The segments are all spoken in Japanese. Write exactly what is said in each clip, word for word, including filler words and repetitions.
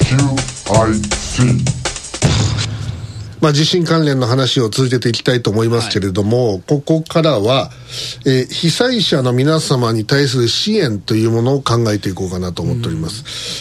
キューアイシー、 まあ、地震関連の話を続けていきたいと思いますけれども、はい、ここからは、えー、被災者の皆様に対する支援というものを考えていこうかなと思っております。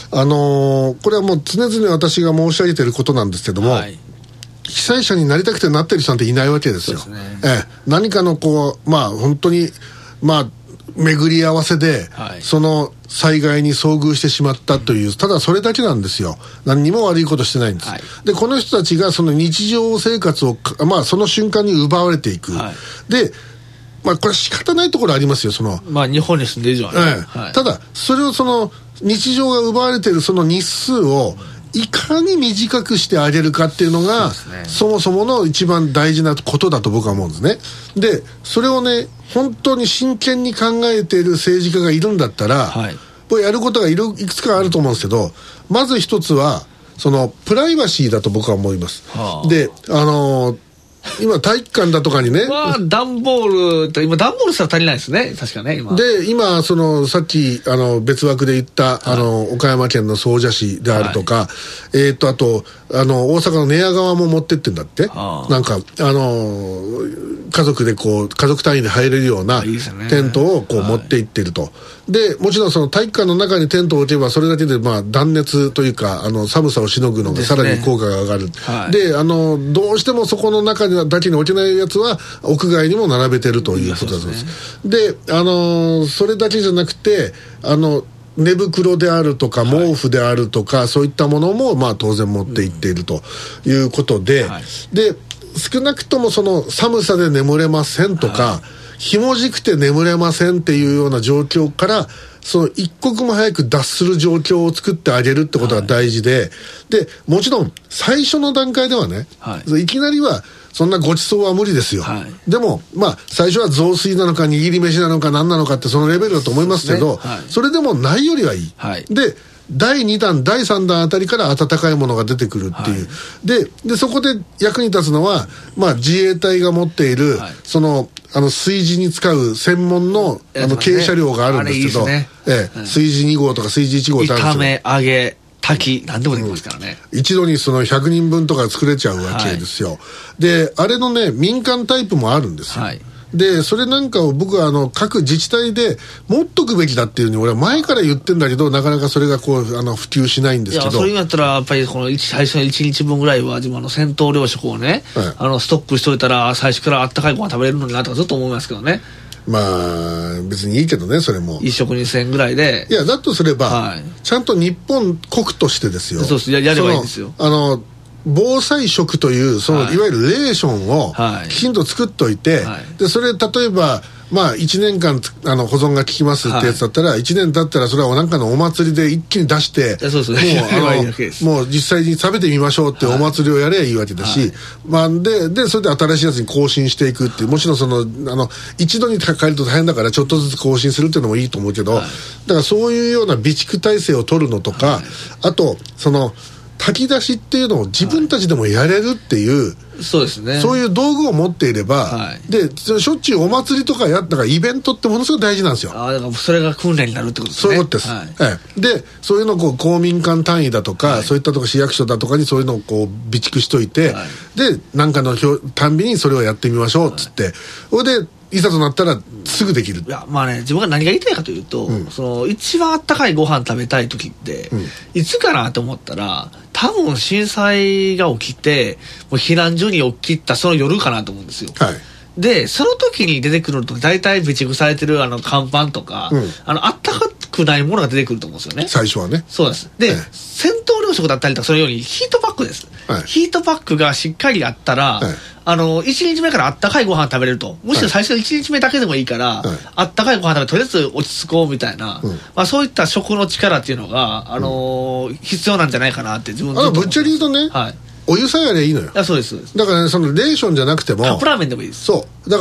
あのー、これはもう常々私が申し上げていることなんですけども、はい、被災者になりたくてなってる人なんていないわけですよ。そうですね。えー、何かのこう、まあ本当に、まあ、巡り合わせで、はい、その災害に遭遇してしまったという、うん、ただそれだけなんですよ。何にも悪いことしてないんです、はい、でこの人たちがその日常生活を、まあ、その瞬間に奪われていく、はい、で、まあ、これ仕方ないところありますよ。その、 まあ、日本に住んでる以上はね、 ええはい、ただそれをその日常が奪われているその日数をいかに短くしてあげるかっていうのが そ, う、ね、そもそもの一番大事なことだと僕は思うんですね。でそれをね本当に真剣に考えている政治家がいるんだったら、はい、これやることがいるいくつかあると思うんですけど、まず一つはそのプライバシーだと僕は思います、はあ、であのー今体育館だとかにね、 まあ、段ボールと今段ボールすら足りないですね、確かね。今で今そのさっきあの別枠で言った、はい、あの岡山県の総社市であるとか、はい、えー、とあとあの大阪の寝屋川も持ってってんだって、はあ、なんかあの家族でこう家族単位で入れるようなテントをこう持って行ってると、はい、でもちろんその体育館の中にテントを置けばそれだけでまあ断熱というかあの寒さをしのぐのがさらに効果が上がる。で、ねはい、であのどうしてもそこの中にだけに置けないやつは屋外にも並べてるということだそうです。で、あのー、それだけじゃなくてあの寝袋であるとか毛布であるとか、はい、そういったものもまあ当然持っていっているということで、うんはい、で少なくともその寒さで眠れませんとか、はい、ひもじくて眠れませんっていうような状況からその一刻も早く脱する状況を作ってあげるってことが大事で、はい、でもちろん最初の段階ではね、はい、いきなりはそんなごちそうは無理ですよ、はい、でもまあ最初は雑炊なのか握り飯なのか何なのかってそのレベルだと思いますけど、 そ, ね、はい、それでもないよりはいい、はい、でだいにだんだいさんだんあたりから温かいものが出てくるっていう、はい、で, でそこで役に立つのは、まあ、自衛隊が持っている、はい、そのあの炊事に使う専門 の, あの軽車両があるんですけど、ねええ、うん、炊事に号とか炊事いち号ってあるんですよ。 炒め揚げ炊き何でもできますからね、 うん、一度にそのひゃくにんぶんとか作れちゃうわけですよ、はい、であれのね民間タイプもあるんですよ、はい、でそれなんかを僕はあの各自治体で持っとくべきだっていうふうに俺は前から言ってんだけどなかなかそれがこうあの普及しないんですけど、いやそういうやったらやっぱりこの最初のいちにちぶんぐらいは自分の戦闘糧食をね、はい、あのストックしといたら最初からあったかいご飯食べれるのになとかずっと思いますけどね。 まあ別にいいけどねそれも一食にせんえんぐらいで、 いやだとすれば、はい、ちゃんと日本国としてですよ、 そうです や, やればいいんですよ。 あの防災食というその、はい、いわゆるレーションをきちんと作っといて、はい、でそれ例えばまあいちねんかんあの保存が効きますってやつだったら、はい、いちねん経ったらそれはなんかのお祭りで一気に出してそうそうもうあのもう実際に食べてみましょうってお祭りをやればいいわけだし、はいまあ、で, でそれで新しいやつに更新していくっていう、もちろんそのあの一度に変えると大変だからちょっとずつ更新するっていうのもいいと思うけど、はい、だからそういうような備蓄体制を取るのとか、はい、あとその炊き出しっていうのを自分たちでもやれるっていう、 はい、そうですね、 そういう道具を持っていれば、はい、でしょっちゅうお祭りとかやったからイベントってものすごく大事なんですよ。 あだからそれが訓練になるってことですね。 そういうことです、はいはい、でそういうのをこう公民館単位だとか、はい、そういったところ市役所だとかにそういうのをこう備蓄しといて、はい、で何かのたんびにそれをやってみましょうっつって、はい、それでいざとなったらすぐできる。 いやまあね自分が何が言いたいかというと、うん、その一番あったかいご飯食べたい時って、うん、いつかなと思ったら多分震災が起きてもう避難所に起きたその夜かなと思うんですよ、はい、でその時に出てくると大体備蓄されてるあの乾パンとか、うん、あのあったかくないものが出てくると思うんですよね最初はね。 そうですで、はい、戦闘糧食だったりとかそのようにヒートパックです、はい、ヒートパックがしっかりあったら、はい、あのいちにちめからあったかいご飯食べれると、むしろ最初のいちにちめだけでもいいから、はい、あったかいご飯食べてとりあえず落ち着こうみたいな、うんまあ、そういった食の力っていうのが、あのーうん、必要なんじゃないかなって自分ずっと思ってます。 ぶっちゃり言うとね、はいお湯さえあればいいのよ。 あそうですそうです。 だからねそのレーションじゃなくてもカップラーメンでもいいです。 そうだから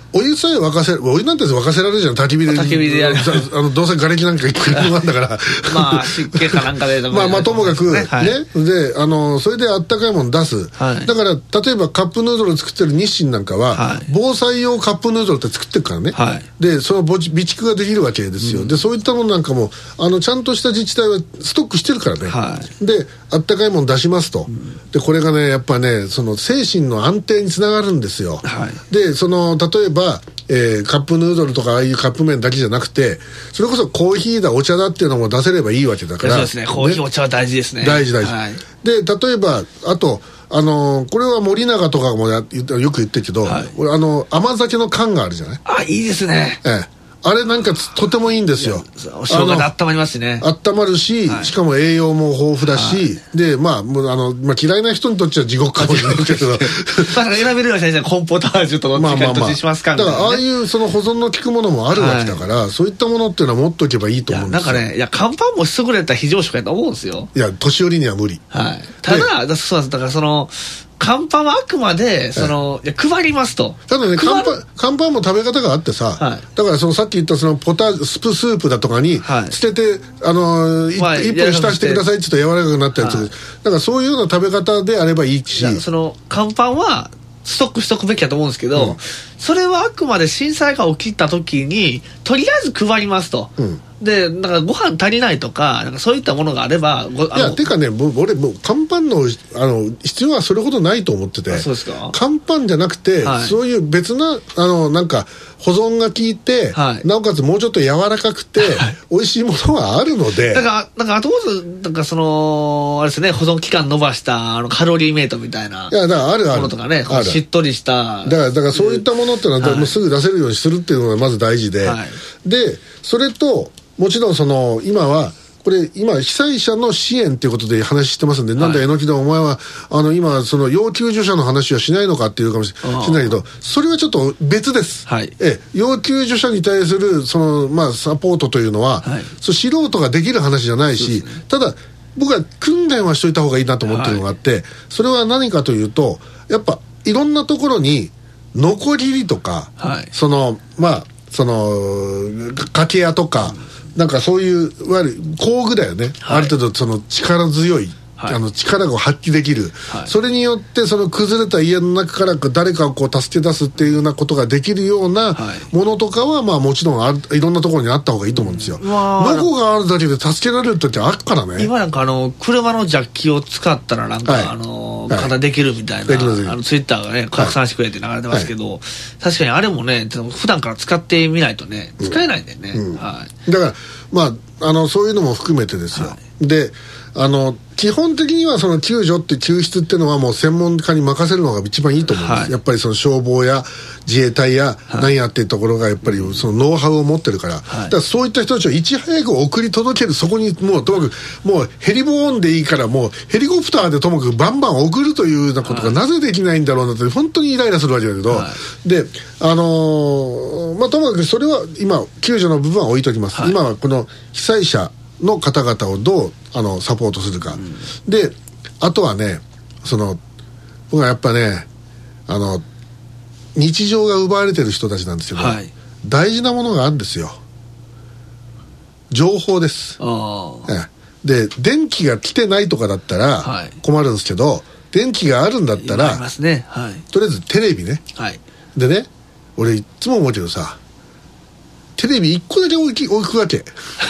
お湯さえ沸かせる、お湯なんて沸かせられるじゃん、焚き火で。 焚き火でやる。 あの、どうせ瓦礫なんかいっぱいなんだから。 まあ、湿気かなんかで。 まあまあ、ともかく、ね、はい、で、あの、それであったかいもの出す。はい、だから、例えばカップヌードル作ってる日清なんかは、はい、防災用カップヌードルって作ってるからね。はい、で、その備蓄ができるわけですよ。うん、で、そういったものなんかも、あの、ちゃんとした自治体はストックしてるからね。はい、で、あったかいもの出しますと。うん、で、これがね、やっぱね、その精神の安定につながるんですよ。はい、で、その、例えば、えー、カップヌードルとかああいうカップ麺だけじゃなくて、それこそコーヒーだお茶だっていうのも出せればいいわけだから。 そうですね、コーヒー、ね、お茶は大事ですね。 大事大事、はい、で例えばあとあのー、これは森永とかもやよく言ってるけど、はい、俺あの甘酒の缶があるじゃない。 あ、いいですね。 ええ、あれなんかとてもいいんですよ。 生姜で温まりますしね。 温まるし、はい、しかも栄養も豊富だし、はい、でまあもうあの、まあ、嫌いな人にとっては地獄かもしれないけどまあ選べるような先生コンポタージュとかどっちにしますかみたいな、ね、 だからああいうその保存の効くものもあるわけだから、はい、そういったものっていうのは持っとけばいいと思うんですよ。 いやなんかね、いや乾パンも優れた非常食やと思うんですよ。 いや年寄りには無理、 はい、ただだそうですだからその乾パンはあくまでその、いや配りますと。 ただね乾パン、乾パンも食べ方があってさ、はい、だからそのさっき言ったそのポタージュスプスープだとかに捨てて、はい、あのーまあ、いっぷん浸してくださいって言うと柔らかくなったやつ、はい、だからそういうような食べ方であればいいし、 いその乾パンはストックしとくべきだと思うんですけど、うん、それはあくまで震災が起きた時にとりあえず配りますと、うん、でだからご飯足りないとか、なんかそういったものがあればごいやてかね俺もう乾パンのあの必要はそれほどないと思ってて。 そうですか。 乾パンじゃなくて、はい、そういう別なあのなんか保存が効いて、はい、なおかつもうちょっと柔らかくて、はい、美味しいものはあるので、 だからなんか後ずなんかそのあれですね、保存期間伸ばしたあのカロリーメイトみたいな、 いやだからあるあるものとかね、しっとりしただからだからそういったものっていうのは、はい、もうすぐ出せるようにするっていうのがまず大事で、はい、でそれともちろんその今はこれ今被災者の支援っていうことで話してますんで、はい、なんだ榎田お前はあの今その要救助者の話はしないのかっていうかもしれないけど、それはちょっと別です、はい、え要救助者に対するその、まあ、サポートというのは、はい、そう素人ができる話じゃないし、ね、ただ僕は訓練はしといた方がいいなと思ってるのがあって、はい、それは何かというとやっぱいろんなところにノコギリとか、はい、そのまあその掛け屋とか、うん、なんかそういういわゆる工具だよね、はい、ある程度その力強い、はい、あの力を発揮できる、はい、それによってその崩れた家の中から誰かをこう助け出すっていうようなことができるようなものとかは、まあもちろんあるいろんなところにあった方がいいと思うんですよ。ノコがあるだけで助けられる時あるからね。 今なんかあの車のジャッキを使ったらなんか、はい、あの方できるみたいな、はい、あのツイッターがね拡散してくれて流れてますけど、はい、確かにあれもね普段から使ってみないとね使えないんだよね、うんうん、はい、 だからまああのそういうのも含めてですよ、はい、であの基本的にはその救助って救出っていうのはもう専門家に任せるのが一番いいと思うんです、はい、やっぱりその消防や自衛隊や何やっていうところがやっぱりそのノウハウを持ってるから、はい、だからそういった人たちをいち早く送り届ける、そこにもうともかくもうヘリボーンでいいからもうヘリコプターでともかくバンバン送るというようなことがなぜできないんだろうなって本当にイライラするわけだけど、はい、であのー、まあともかくそれは今救助の部分は置いときます、はい、今はこの被災者の方々をどうあのサポートするか、うん、であとはねその僕はやっぱねあの日常が奪われてる人たちなんですけど、はい、大事なものがあるんですよ。情報です。あ、ええ、で電気が来てないとかだったら困るんですけど、はい、電気があるんだったら、 ありますね、はい、 とりあえずテレビね、はい、でね俺いつも思うけどさテレビいっこだけ置き置くわけ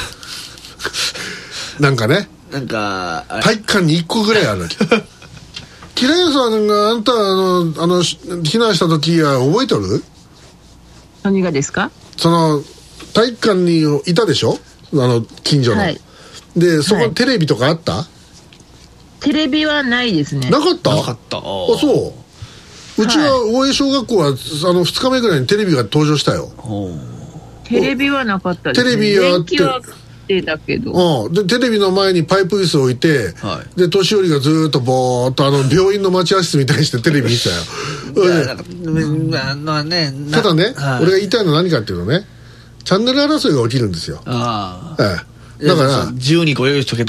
なんかねなんか体育館にいっこぐらいあるわけキラヤさんがあんたあのあの避難した時は覚えてる？ 何がですか？ その体育館にいたでしょ、あの近所の、はい、でそこ、はい、テレビとかあった？ テレビはないですね。 なかった？ なかった。あ、 そう。うちは大江小学校はあのふつかめぐらいにテレビが登場したよ。 テレビはなかったですね。 テレビはあってだけど、 うん、でテレビの前にパイプ椅子を置いて、はい、で年寄りがずーっとぼーっとあの病院の待合室みたいにしてテレビ見てたよただね、はい、俺が言いたいのは何かっていうとねチャンネル争いが起きるんですよ。あ、ええ、だから自由にご用意しとけと。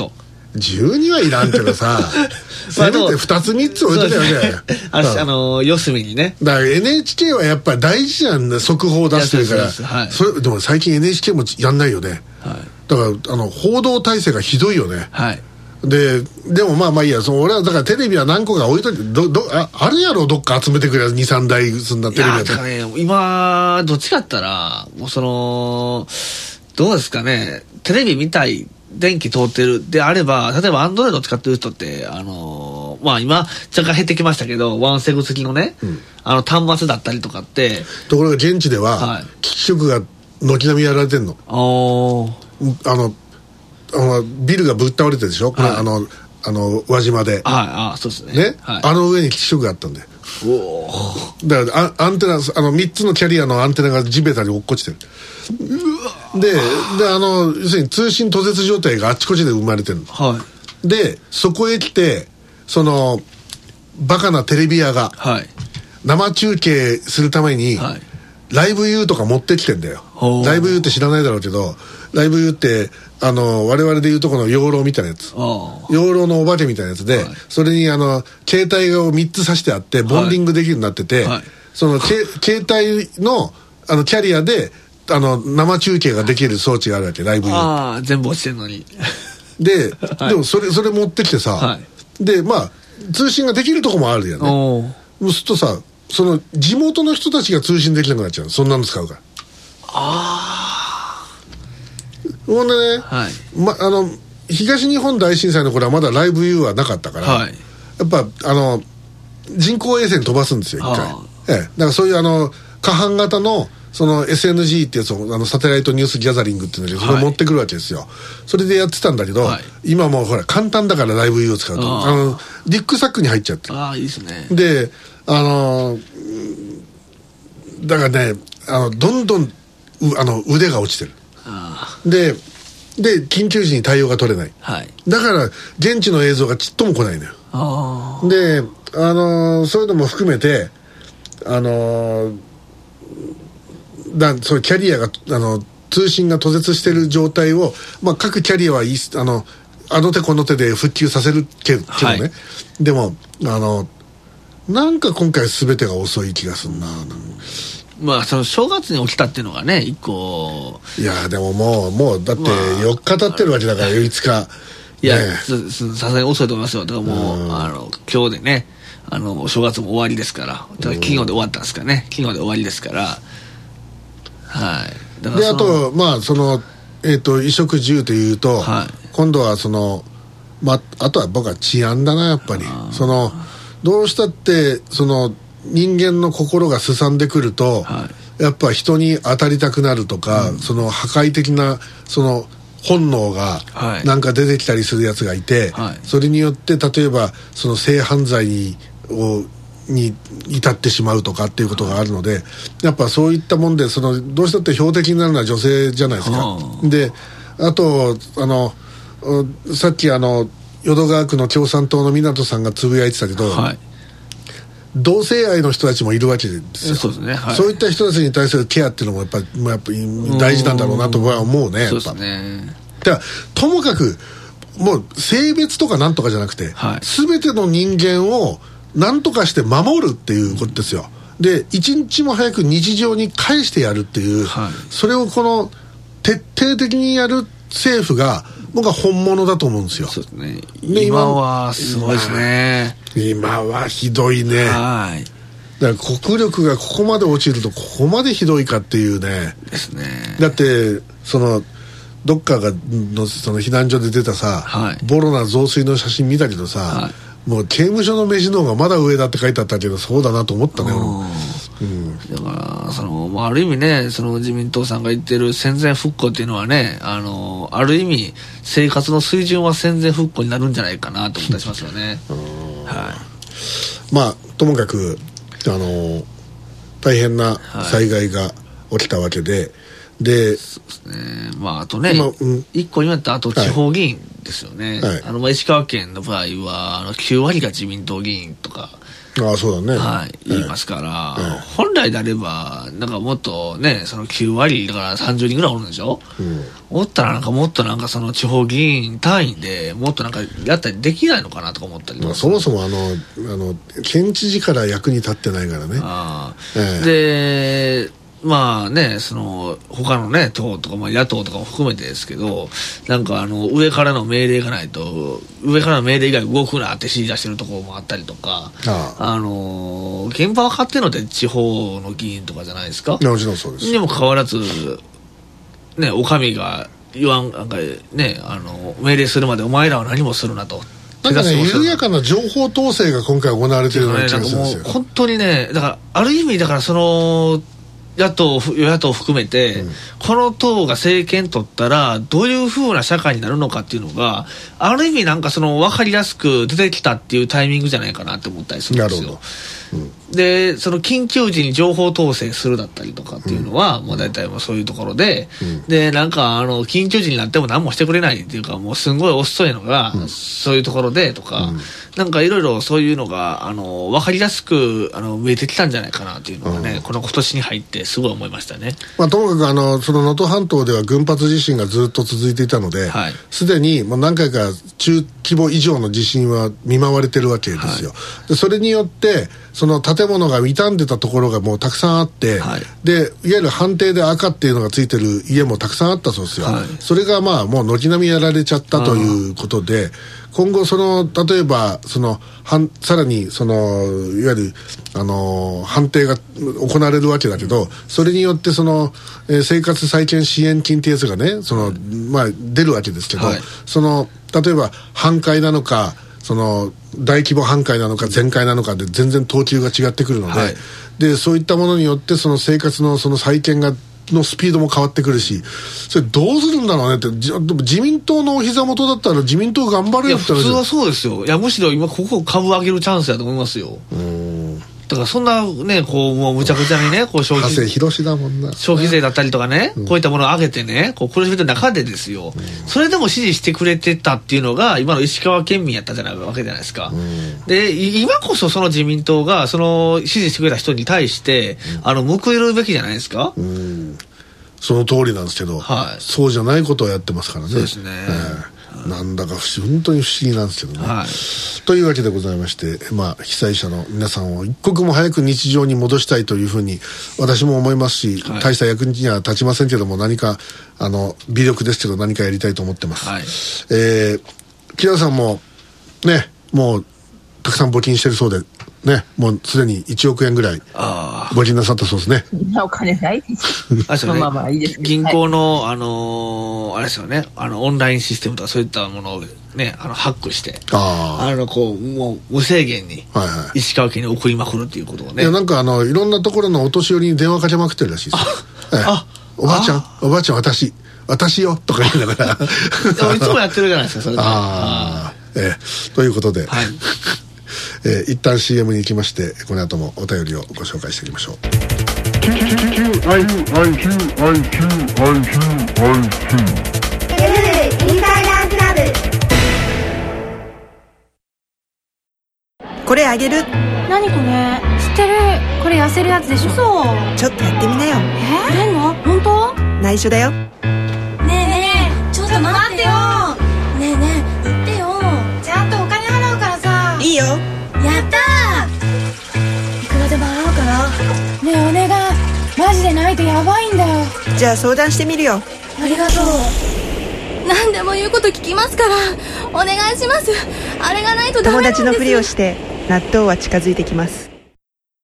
じゅうにはいらんけどさせめてふたつみっつ置いとけばいいんじゃないあの、あの四隅にね。 だから エヌエイチケー はやっぱり大事じゃんね、速報出してるから。 そ, はい、 それでも最近 エヌエイチケー もやんないよね、はい、だからあの報道体制がひどいよね、はい、ででもまあまあいいや、その俺はだからテレビは何個か置いといて、どど あ, あるやろどっか集めてくれにさんだいそんなテレビやったら、 ね、今どっちかって言ったらもうそのどうですかね、テレビ見たい電気通ってるであれば、例えばアンドロイド使ってる人ってあのー、まあ今若干減ってきましたけど、ワンセグ付きのね、うん、あの端末だったりとかって、 ところが現地では、はい、機器色が軒並みやられてんの。あのあのビルがぶっ倒れてるでしょ、これ、はい、あのあの輪島で、はい、 あそうですね、 ね、はい、あの上に機器色があったんだよ。おだからアンテナ、あのみっつのキャリアのアンテナが地べたに落っこちてる。でであの要するに通信途絶状態があっちこっちで生まれてるの、はい、でそこへ来てそのバカなテレビ屋が生中継するために、はい、ライブユーとか持ってきてんだよ。ライブユーって知らないだろうけど、ライブユーってあの我々でいうとこの養老みたいなやつ、養老のお化けみたいなやつで、はい、それにあの携帯をみっつ挿してあってボンディングできるようになってて、はいはい、そのけ携帯のあのキャリアであの生中継ができる装置があるわけ、ライブユー。 ああ全部落ちてんのにで、はい、でもそれそれ持ってきてさ、はい、でまあ通信ができるとこもあるよね。そうするとさ、その地元の人たちが通信できなくなっちゃう、そんなの使うから。ああもうね、はい、ま、あの東日本大震災の頃はまだライブユーはなかったから、はい、やっぱあの人工衛星に飛ばすんですよ一回。ええ、だからそういうあの過半型のその エスエヌジー ってやつをあのサテライトニュースギャザリングっていうんだけど、それを持ってくるわけですよ、はい、それでやってたんだけど、はい、今もうほら簡単だからライブユーを使うとあのリュックサックに入っちゃってああいいですね。 であのだからねあのどんどんあの腕が落ちてる。あでで緊急時に対応が取れない、はい、だから現地の映像がちっとも来ないのよ。あであのそういうのも含めてあのだそういうキャリアがあの通信が途絶している状態を、まあ、各キャリアはいあのあの手この手で復旧させるけどね、はい、でもあのなんか今回全てが遅い気がするな。 まあその正月に起きたっていうのがね一個。 いやでももうもうだってよっか経ってるわけだから、まあ、いつか、ね、 いやさすがに遅いと思いますよ。だからもう、うん、あの今日でねあの正月も終わりですから、金曜で終わったんですかね、金曜で終わりですから。はい、だからであとまあそのえっ、ー、と衣食住というと、はい、今度はそのまあとは僕は治安だなやっぱり。そのどうしたってその人間の心がすさんでくると、はい、やっぱ人に当たりたくなるとか、うん、その破壊的なその本能がなんか出てきたりするやつがいて、はい、それによって例えばその性犯罪にをに至ってしまうとかっていうことがあるので、やっぱそういったもんでそのどうしたって標的になるのは女性じゃないですか。であとあのさっきあの淀川区の共産党の湊さんがつぶやいてたけど、はい、同性愛の人たちもいるわけですよ。そうですね、はい、そういった人たちに対するケアっていうのもやっぱり、やっぱ大事なんだろうなと僕は思うね。やっぱそうですね。だからともかくもう性別とかなんとかじゃなくて、はい、全ての人間を何とかして守るっていうことですよ。で一日も早く日常に返してやるっていう、はい、それをこの徹底的にやる政府が僕は本物だと思うんですよ。そうですね。 で今はすごいですね。 今はひどいね。はい。だから国力がここまで落ちるとここまでひどいかっていうね。ですね。だってそのどっかがのその避難所で出たさ、はい、ボロな増水の写真見たけどさ、はい、もう刑務所の飯の方がまだ上だって書いてあったけどそうだなと思ったね。うん、 だからその、まあ、ある意味ねその自民党さんが言ってる戦前復興っていうのはね あのある意味生活の水準は戦前復興になるんじゃないかなと思ったりしますよね。 はい、まあともかくあの大変な災害が起きたわけで、はい、でそうですね、まああとね、うん、一個言われたあと地方議員ですよね、 はい、 あのまあ石川県の場合はあのきゅう割が自民党議員とかああそうだね、 はい、言いますから、 はい、 本来であればなんかもっとねそのきゅう割だからさんじゅうにんぐらいおるんでしょ、うん、おったらなんかもっとなんかその地方議員単位でもっとなんかやったりできないのかなとか思ったりとか、まあ、 そもそもあのあの県知事から役に立ってないからね。 あ、ええ、でまあね、その他のね党とか、まあ、野党とかも含めてですけど、なんかあの上からの命令がないと上からの命令以外動くなって指示出してるところもあったりとか、ああ、あの現場分かってるのって地方の議員とかじゃないですか。 もちろんそうです。 にもかかわらずね、お上が言わんなんかね、あの命令するまでお前らは何もするなと。 なんかね、緩やかな情報統制が今回行われているような気がするんですよ。 本当にね、だからある意味だからその野党与野党含めて、うん、この党が政権取ったらどういう風な社会になるのかっていうのがある意味なんかその分かりやすく出てきたっていうタイミングじゃないかなって思ったりするんですよ。うん、でその緊急時に情報統制するだったりとかっていうのは、うん、もう大体もうそういうところで、うん、でなんかあの緊急時になっても何もしてくれないっていうかもうすんごい遅いのが、うん、そういうところでとか、うん、なんかいろいろそういうのがあの分かりやすくあの見えてきたんじゃないかなっていうのがね、うん、この今年に入ってすごい思いましたね。 まあ、ともかくあのその能登半島では群発地震がずっと続いていたので、すで、はい、にもう何回か中規模以上の地震は見舞われてるわけですよ。はい、でそれによってその建物が傷んでたところがもうたくさんあって、はい、でいわゆる判定で赤っていうのがついてる家もたくさんあったそうですよ。はい、それがまあもう軒並みやられちゃったということで、今後その例えばそのさらにそのいわゆるあの判定が行われるわけだけど、それによってその、えー、生活再建支援金ってやつがねその、はい、まあ出るわけですけど、はい、その例えば半壊なのかその大規模半壊なのか全壊なのかで全然等級が違ってくるので、はい、でそういったものによってその生活のその再建がのスピードも変わってくるし、それどうするんだろうねって。でも自民党のお膝元だったら自民党頑張れよって。 いや普通はそうですよ。いやむしろ今ここ株上げるチャンスだと思いますよ。うーんだからそんなねこうもうむちゃくちゃにねこう消費長谷博だもんな消費税だったりとかね、うん、こういったものを上げてねこう苦しめてる中でですよ、うん、それでも支持してくれてたっていうのが今の石川県民やったじゃないわけじゃないですか。うん、で今こそその自民党がその支持してくれた人に対して、うん、あの報いるべきじゃないですか。うん、 その通りなんですけど、はい、そうじゃないことをやってますからね。 そうですね。 えーなんだか本当に不思議なんですけどね、はい、というわけでございまして、まあ、被災者の皆さんを一刻も早く日常に戻したいというふうに私も思いますし、はい、大した役には立ちませんけども何かあの微力ですけど何かやりたいと思ってます、はい、えー、木田さんもねもうたくさん募金してるそうでね、もうすでにいちおくえんぐらい募金なさったそうですね。 そんなお金ないですそのままいいです。銀行の、あのー、あれですよね、あのオンラインシステムとかそういったものをねあのハックしてああのこうもう無制限に石川県に送りまくるっていうことをね、 いやなんかあのいろんなところのお年寄りに電話かけまくってるらしいですよ。あ、ええ、あおばあちゃんおばあちゃん私私よとか言いながらでもいつもやってるじゃないですかそれで。 ああ、ええ、ということで、はいえー、一旦 シーエム に行きましてこの後もお便りをご紹介していきましょう。 これあげる。 何これ知ってる。これ痩せるやつでしょ。そうちょっとやってみなよ。 えー、出んの本当。 内緒だよ。 ねえねえちょっと待ってよ。ねえねえ言ってよ。ちゃんとお金払うからさ。 いいよ。 やったー。いくらでも払うから。ねえお願いマジでないとやばいんだよ。 じゃあ相談してみるよ。 ありがとう。何でも言うこと聞きますからお願いします。あれがないとダメなんです。 友達のふりをして納豆は近づいてきます。